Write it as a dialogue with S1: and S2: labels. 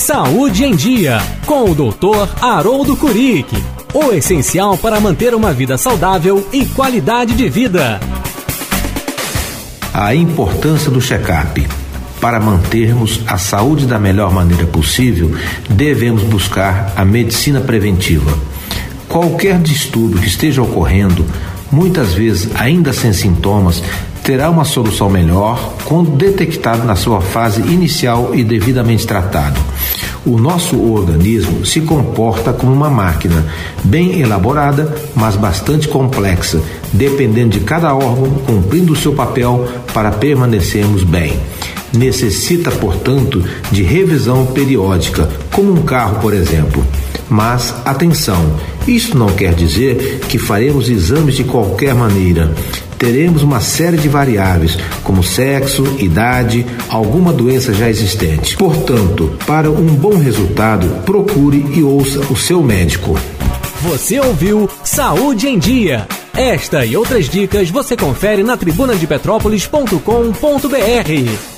S1: Saúde em Dia, com o Dr. Haroldo Curic. O essencial para manter uma vida saudável e qualidade de vida.
S2: A importância do check-up. Para mantermos a saúde da melhor maneira possível, devemos buscar a medicina preventiva. Qualquer distúrbio que esteja ocorrendo, muitas vezes ainda sem sintomas, terá uma solução melhor quando detectado na sua fase inicial e devidamente tratado. O nosso organismo se comporta como uma máquina, bem elaborada, mas bastante complexa, dependendo de cada órgão cumprindo o seu papel para permanecermos bem. Necessita, portanto, de revisão periódica, como um carro, por exemplo. Mas, atenção, isso não quer dizer que faremos exames de qualquer maneira. Teremos uma série de variáveis, como sexo, idade, alguma doença já existente. Portanto, para um bom resultado, procure e ouça o seu médico.
S1: Você ouviu Saúde em Dia. Esta e outras dicas você confere na tribunadepetrópolis.com.br.